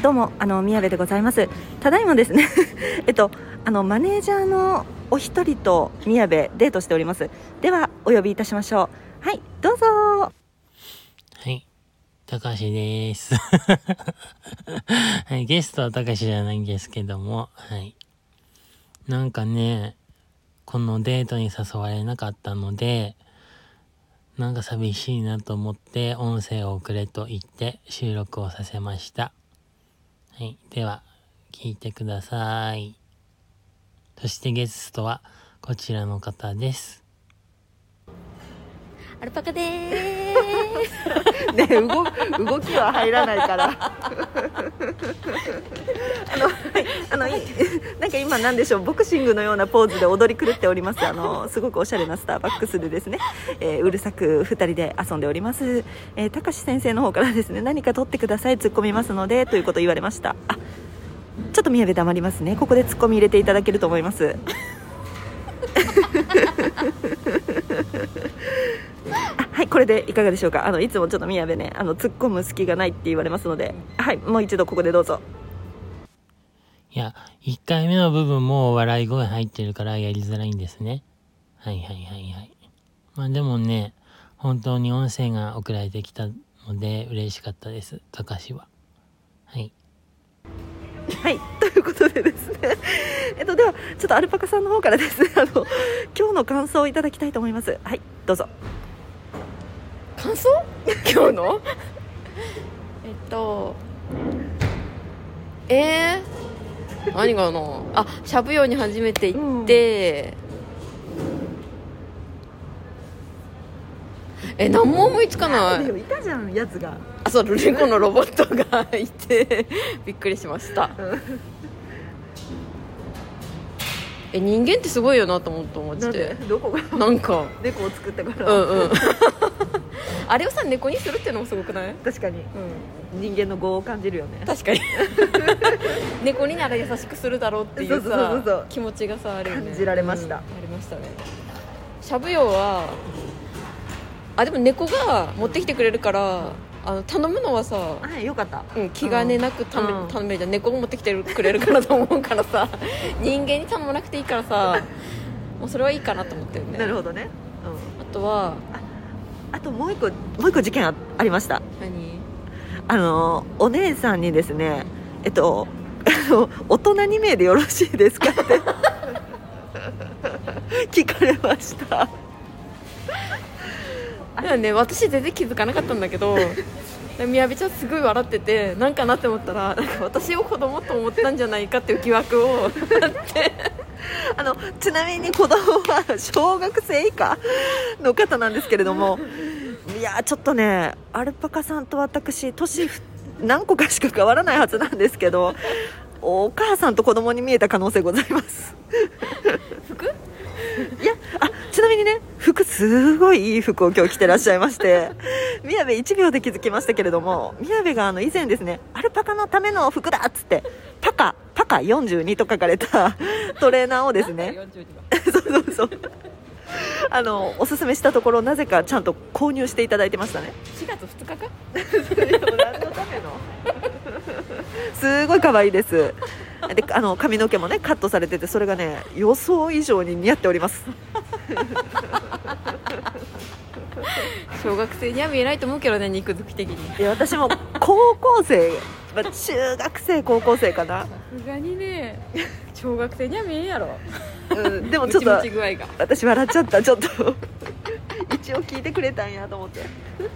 どうも宮部でございます。ただいまですねマネージャーのお一人と宮部デートしております。ではお呼びいたしましょう。はい、どうぞ。 はい、高橋です。はい、ゲストは高橋じゃないんですけども、はい。なんかね、このデートに誘われなかったので、なんか寂しいなと思って音声を送れと言って収録をさせました。はい、では聞いてください。そしてゲストはこちらの方です。 アルパカでーすね、動きは入らないからなんか今なんでしょう、ボクシングのようなポーズで踊り狂っております。すごくおしゃれなスターバックスでですね、うるさく2人で遊んでおります。高橋先生の方からですね、何か取ってください、突っ込みますのでということを言われました。ちょっと宮部黙りますね。ここで突っ込み入れていただけると思いますはい、これでいかがでしょうか。いつもちょっと宮部ね、突っ込む隙がないって言われますので、はい、もう一度ここでどうぞ。 いや、1回目の部分も笑い声入ってるからやりづらいんですね。はい。まあでもね、本当に音声が送られてきたので嬉しかったです、高橋は。はい。 はい、ということでですねではちょっとアルパカさんの方からですね、今日の感想をいただきたいと思います。はい、どうぞ。 感想今日の何かな、しゃぶ葉に初めて行って、何も思いつかない。 いたじゃん、やつが。 そう、レゴのロボットがいてびっくりしました。人間ってすごいよなと思ってて。 どこがなんか猫を作ったから。 あれをさ、猫にするっていうのもすごくない？ 確かに、人間の業を感じるよね。 確かに猫になら優しくするだろうっていうさ、 そう気持ちがさあるよね。 感じられました、 ありましたね。しゃぶ葉はでも猫が持ってきてくれるから頼むのはさ、 よかった、 気兼ねなく頼めるじゃん。猫も持ってきてくれるからと思うからさ人間に頼まなくていいからさもうそれはいいかなと思ってるね。 なるほどね、 あとはあともう一個事件ありました。 何？ お姉さんにですね、大人2名でよろしいですかって聞かれました。 だよね、私全然気づかなかったんだけど宮部ちゃんすごい笑ってて、なんかなって思ったら、なんか私を子供と思ったんじゃないかっていう疑惑をってちなみに子供は小学生以下の方なんですけれども、いやちょっとね、アルパカさんと私年何個かしか変わらないはずなんですけど、お母さんと子供に見えた可能性ございます服？ いや、ちなみにね、服すごいいい服を今日着てらっしゃいまして宮部1秒で気づきましたけれども、宮部が以前ですね、アルパカのための服だっつってパカ42と書かれたトレーナーをですねそうおすすめしたところ、なぜかちゃんと購入していただいてましたね。 4月2日か何のためのすごい可愛いです。で髪の毛もねカットされてて、それがね予想以上に似合っております小学生には見えないと思うけどね、肉付き的に。 いや、私も高校生、中学生高校生かな。 さすがにね、小学生には見えんやろでもちょっとムチムチ具合が私笑っちゃった。ちょっと一応聞いてくれたんやと思って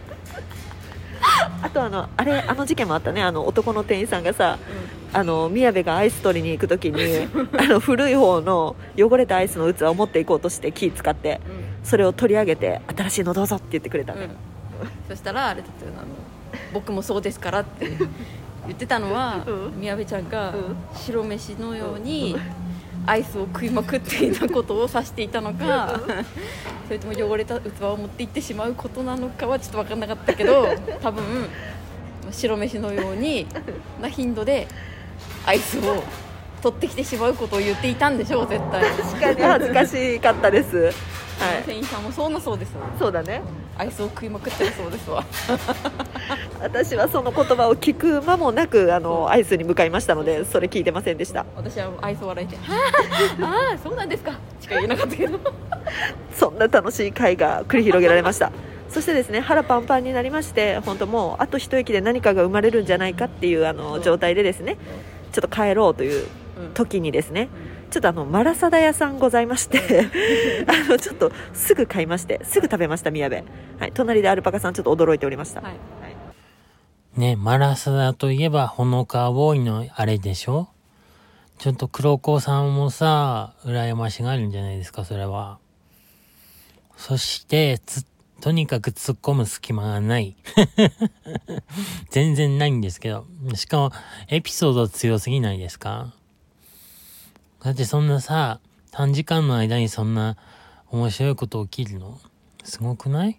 あとあの事件もあったね。男の店員さんがさ、宮部がアイス取りに行くときに古い方の汚れたアイスの器を持っていこうとして気使って、それを取り上げて、新しいのどうぞって言ってくれたね、 そしたらあれだったよな、僕もそうですからって言ってたのは、宮部ちゃんが白飯のようにアイスを食いまくっていたことを指していたのかそれとも汚れた器を持っていってしまうことなのかはちょっと分かんなかったけど、多分白飯のようにな頻度でアイスを取ってきてしまうことを言っていたんでしょう、絶対。 確かに恥ずかしかったです。はい、 店員さんもそうなそうです。 そうだね。 アイスを食いまくってるそうですわ。 私はその言葉を聞く間もなくアイスに向かいましたので、それ聞いてませんでした。 私はアイスを笑いてああそうなんですかしか言えなかったけどそんな楽しい会が繰り広げられました。そしてですね、腹パンパンになりまして、本当もうあと一息で何かが生まれるんじゃないかっていう状態でですね、ちょっと帰ろうという時にですね、ちょっとマラサダ屋さんございましてちょっとすぐ買いまして、すぐ食べました、宮部。はい、隣でアルパカさんちょっと驚いておりました。 はいね、マラサダといえば、ほのかボーイのあれでしょ。ちょっと黒子さんもさ、羨ましがるんじゃないですか、それは。そして、とにかく突っ込む隙間がない。全然ないんですけど。しかも、エピソード強すぎないですか？だってそんなさ、短時間の間にそんな面白いこと起きるの？すごくない？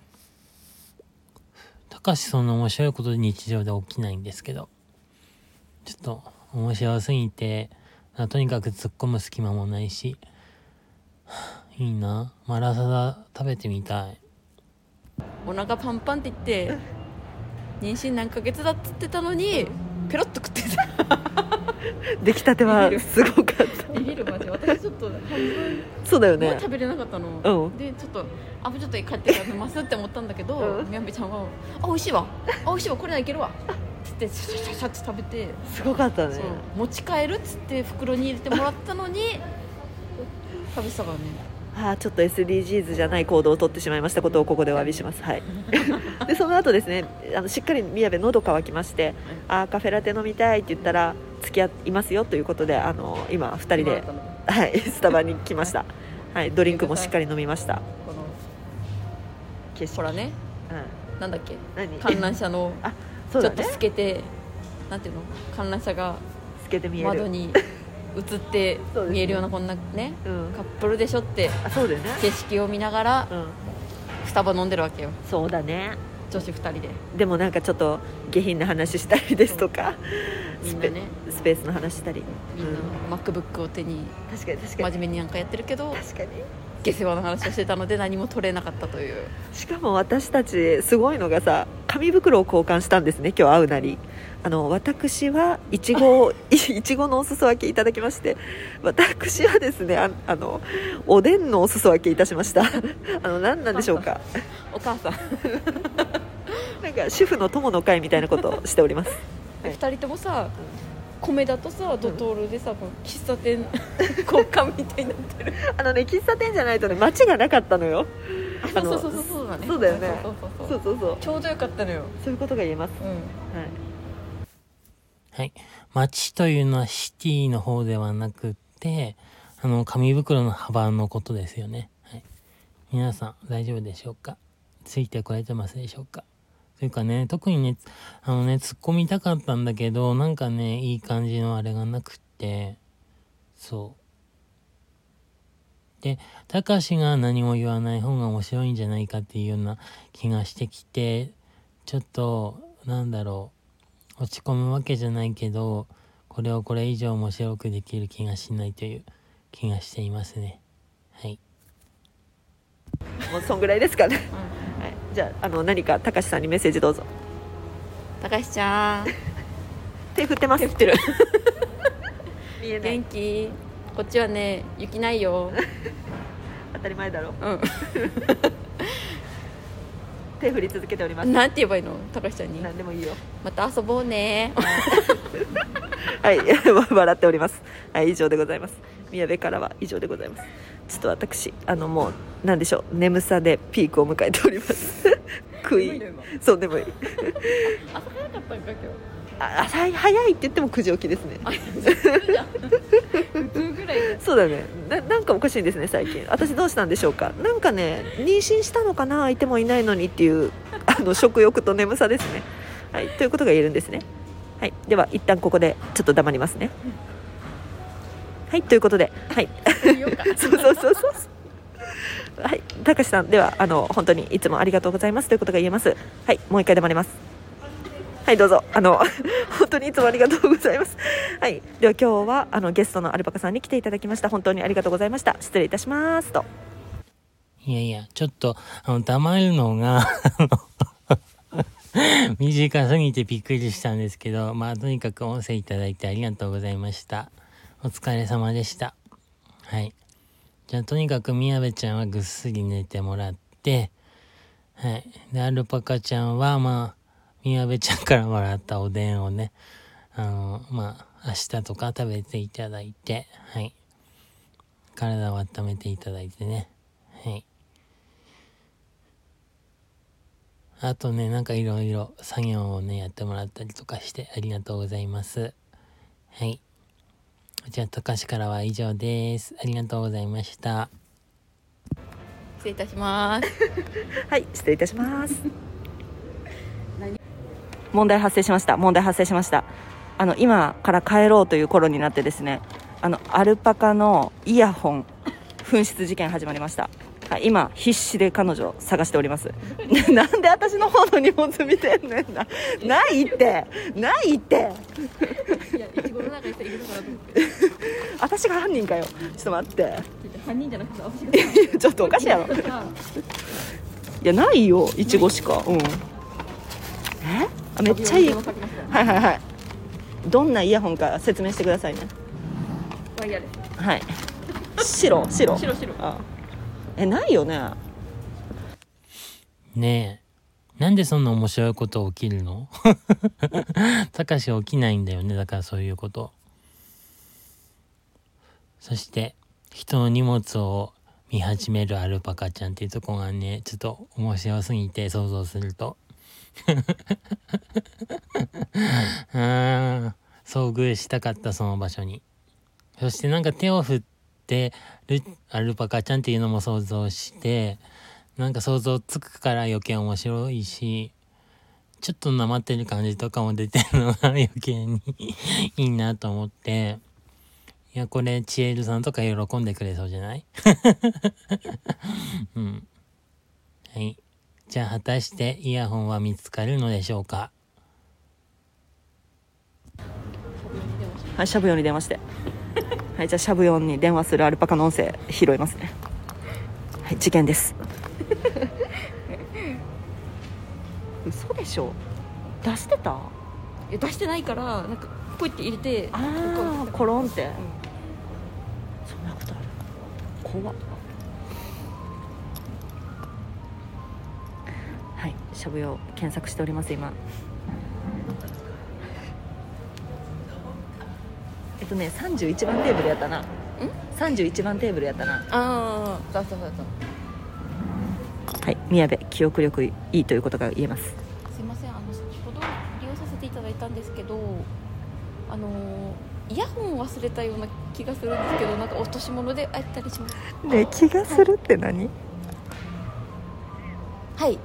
たかしそんな面白いこと日常で起きないんですけど。ちょっと面白すぎて、とにかく突っ込む隙間もないし。いいな。マラサダ食べてみたい。 お腹パンパンって言って妊娠何ヶ月だっつってたのにペロッと食ってた。 出来たてはすごかったビビるマジ。私ちょっと半分そうだよね。 もう食べれなかったの、 うんでちょっともうちょっと帰ってから飲ますって思ったんだけど、みやべちゃんは美味しいわ美味しいわこれはいけるわつってシャシャシャシャって食べて、 すごかったね。 そう持ち帰るっつって袋に入れてもらったのに食べてたからね。 ちょっと SDGs じゃない行動を取ってしまいましたことをここでお詫びします。はい。でその後ですね、しっかり宮部喉乾きまして、カフェラテ飲みたいって言ったら付き合いますよということで、今2人で、はい、スタバに来ました。はい、ドリンクもしっかり飲みました。 この景色ほらね、 うん、 なんだっけ、 何観覧車のそうだね、 ちょっと透けて、なんていうの、観覧車が透けて見える窓に映って見えるようなこんなね、 うん、 カップルでしょってそうだよね、 景色を見ながら、 うん、 スタバ飲んでるわけよ、 そうだね。 女子2人で。 でもなんかちょっと下品な話したりですとか、 みんなねスペースの話したり、 みんな MacBook を手に確かに真面目になんかやってるけど、 確かに。 下世話の話をしてたので何も取れなかったという。 しかも私たちすごいのがさ、紙袋を交換したんですね、今日会うなり。私はいちごのお裾分けいただきまして、私はですね、おでんのお裾分けいたしました。何なんでしょうか。 お母さんなんか主婦の友の会みたいなことをしております。はい、 2人ともさ、米だとさドトールでさ、この喫茶店交換みたいになってる。 喫茶店じゃないとね、街がなかったのよ。 そうだね。 そうだよね。そうちょうどよかったのよ。 そういうことが言えます。 うん。 はい。 はい。街というのはシティの方ではなくて、紙袋の幅のことですよね。はい。皆さん大丈夫でしょうか？ついてこれてますでしょうか？というかね、特にね、突っ込みたかったんだけど、なんかね、いい感じのあれがなくって、そう。で、たかしが何も言わない方が面白いんじゃないかっていうような気がしてきて、ちょっと、なんだろう、落ち込むわけじゃないけど、これをこれ以上面白くできる気がしないという気がしていますね。はい。 もうそんぐらいですかね。はい、じゃあ、何かたかしさんにメッセージどうぞ。 高橋ちゃん手振ってます。 手振ってる見えない。 元気？こっちはね、雪ないよ。 当たり前だろ。 うん手振り続けております。 なんて言えばいいの、高橋ちゃんに。 何でもいいよ。 また遊ぼうね。 はい、笑っております。はい、以上でございます。宮部からは以上でございます。ちょっと私もうなんでしょう、眠さでピークを迎えております。食い、そう眠い。 朝早かったんか今日。 朝早いって言っても9時起きですね。 普通ぐらいで。 そうだね。なんかおかしいんですね最近。私どうしたんでしょうか。なんかね、妊娠したのかな、相手もいないのにっていう食欲と眠さですね。はい、ということが言えるんですね。はい、では一旦ここでちょっと黙りますね。はい、ということで、はい。そう。はい、たかしさん、では本当にいつもありがとうございますということが言えます。はい、もう一回黙ります。はい、どうぞ。本当にいつもありがとうございます。はい、では今日はゲストのアルパカさんに来ていただきました。本当にありがとうございました。失礼いたしますと。 いいやいや、ちょっと、黙るのが、短すぎてびっくりしたんですけど、まあ、とにかく音声いただいてありがとうございました。お疲れ様でした。はい。じゃあ、とにかく宮部ちゃんはぐっすり寝てもらって、はい。で、アルパカちゃんは、まあ、宮部ちゃんからもらったおでんをね、まあ、明日とか食べていただいて、はい。体を温めていただいてね。はい。あとね、なんかいろいろ作業をね、やってもらったりとかしてありがとうございます。はい。じゃあ、たかしからは以上です。ありがとうございました。 失礼いたします。 はい、失礼いたします。問題発生しました。今から帰ろうという頃になってですね、アルパカのイヤホン紛失事件始まりました。今必死で彼女を探しております。なんで私の方の荷物見てんねんな。ないって。 いや、いちごの中にいるのかなと思って。 私が犯人かよ。ちょっと待って。 犯人じゃなくて私が。 ちょっとおかしいやろ。いや、ないよ、いちごしか。めっちゃいい。はい。どんなイヤホンか説明してくださいね。 ワイヤレス。 はい。白。ないよね。 ねえ。なんでそんな面白いこと起きるの？たかし起きないんだよね。だからそういうこと。そして、人の荷物を見始めるアルパカちゃんっていうとこがね、ちょっと面白すぎて想像すると。遭遇したかったその場所に。そしてなんか手を振ってるアルパカちゃんっていうのも想像して、なんか想像つくから余計面白いし、ちょっとなまってる感じとかも出てるのが余計にいいなと思って、いや、これチエルさんとか喜んでくれそうじゃない？うん。はい。じゃあ果たしてイヤホンは見つかるのでしょうか？ はい、シャブヨンに電話して。はい、じゃあシャブヨンに電話するアルパカの音声拾いますね。はい、事件です。嘘でしょ？出してた？ いや、出してないから、なんかポイって入れて、 コロンって、そんなことある？怖っ。はい、しゃぶ用検索しております今。31番テーブルやったな。31番テーブルやったな。 だはい、宮部記憶力いいということが言えます。 すいません、先ほど利用させていただいたんですけど、イヤホンを忘れたような気がするんですけど、なんか落とし物であったりしますね。気がするって何？ はい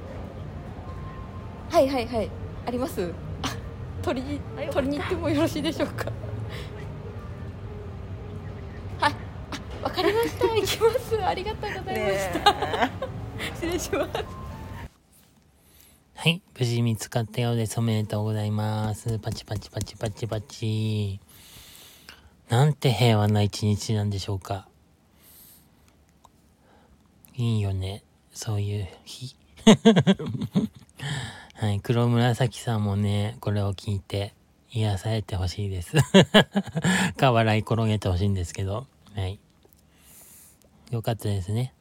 あります。取りに行ってもよろしいでしょうか？はい、わかりました。行きます。ありがとうございました。失礼します。 はい、無事見つかったようです。おめでとうございます。パチパチパチパチパチ。なんて平和な一日なんでしょうか。いいよね、そういう日。はい、黒紫さんもね、これを聞いて癒されてほしいです。か笑い転げてほしいんですけど、はい。よかったですね。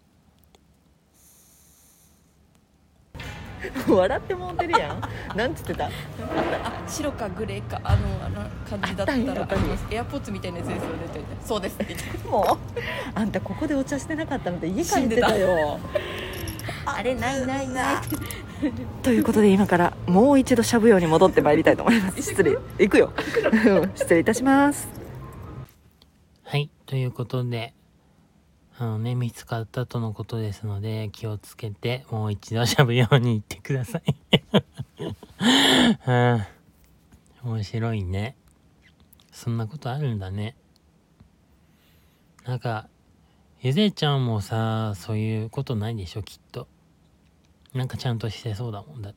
笑ってもうてるやん。なんつってた？ 白かグレーか感じだったらエアポッツみたいなやつですよねって言って、そうですって言って、 もうあんたここでお茶してなかったので家帰ってたよ。 あれないということで今からもう一度しゃぶ用に戻ってまいりたいと思います。失礼、行くよ。失礼いたします。 はい、ということで見つかったとのことですので、気をつけてもう一度しゃぶ用に行ってください。面白いね。そんなことあるんだね。なんかゆでちゃんもさ、そういうことないでしょ、きっと。なんかちゃんとしてそうだもんだって。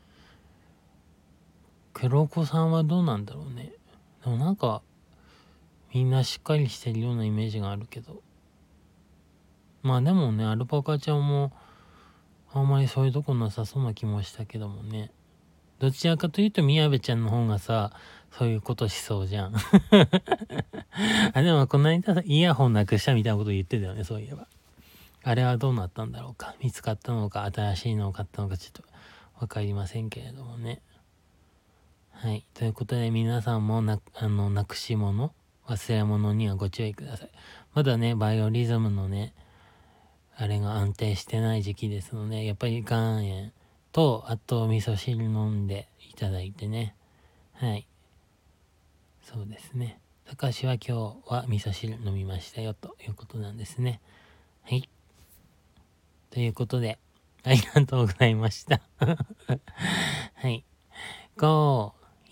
黒子さんはどうなんだろうね。でもなんかみんなしっかりしてるようなイメージがあるけど。 まあでもね、アルパカちゃんもあんまりそういうとこなさそうな気もしたけどもね。どちらかというと宮部ちゃんの方がさ、そういうことしそうじゃん。あ、でもこの間イヤホンなくしたみたいなこと言ってたよね、そういえば。あれはどうなったんだろうか。見つかったのか、新しいのを買ったのかちょっとわかりませんけれどもね。はい。ということで皆さんもなくし物、忘れ物にはご注意ください。まだね、バイオリズムのね、あれが安定してない時期ですので、やっぱり岩塩と、あと味噌汁飲んでいただいてね。はい。そうですね。高橋は今日は味噌汁飲みましたよということなんですね。はい。ということで、ありがとうございました。はい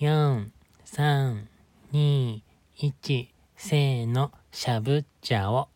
。5、4、3、2、1、せーの、しゃぶっちゃお。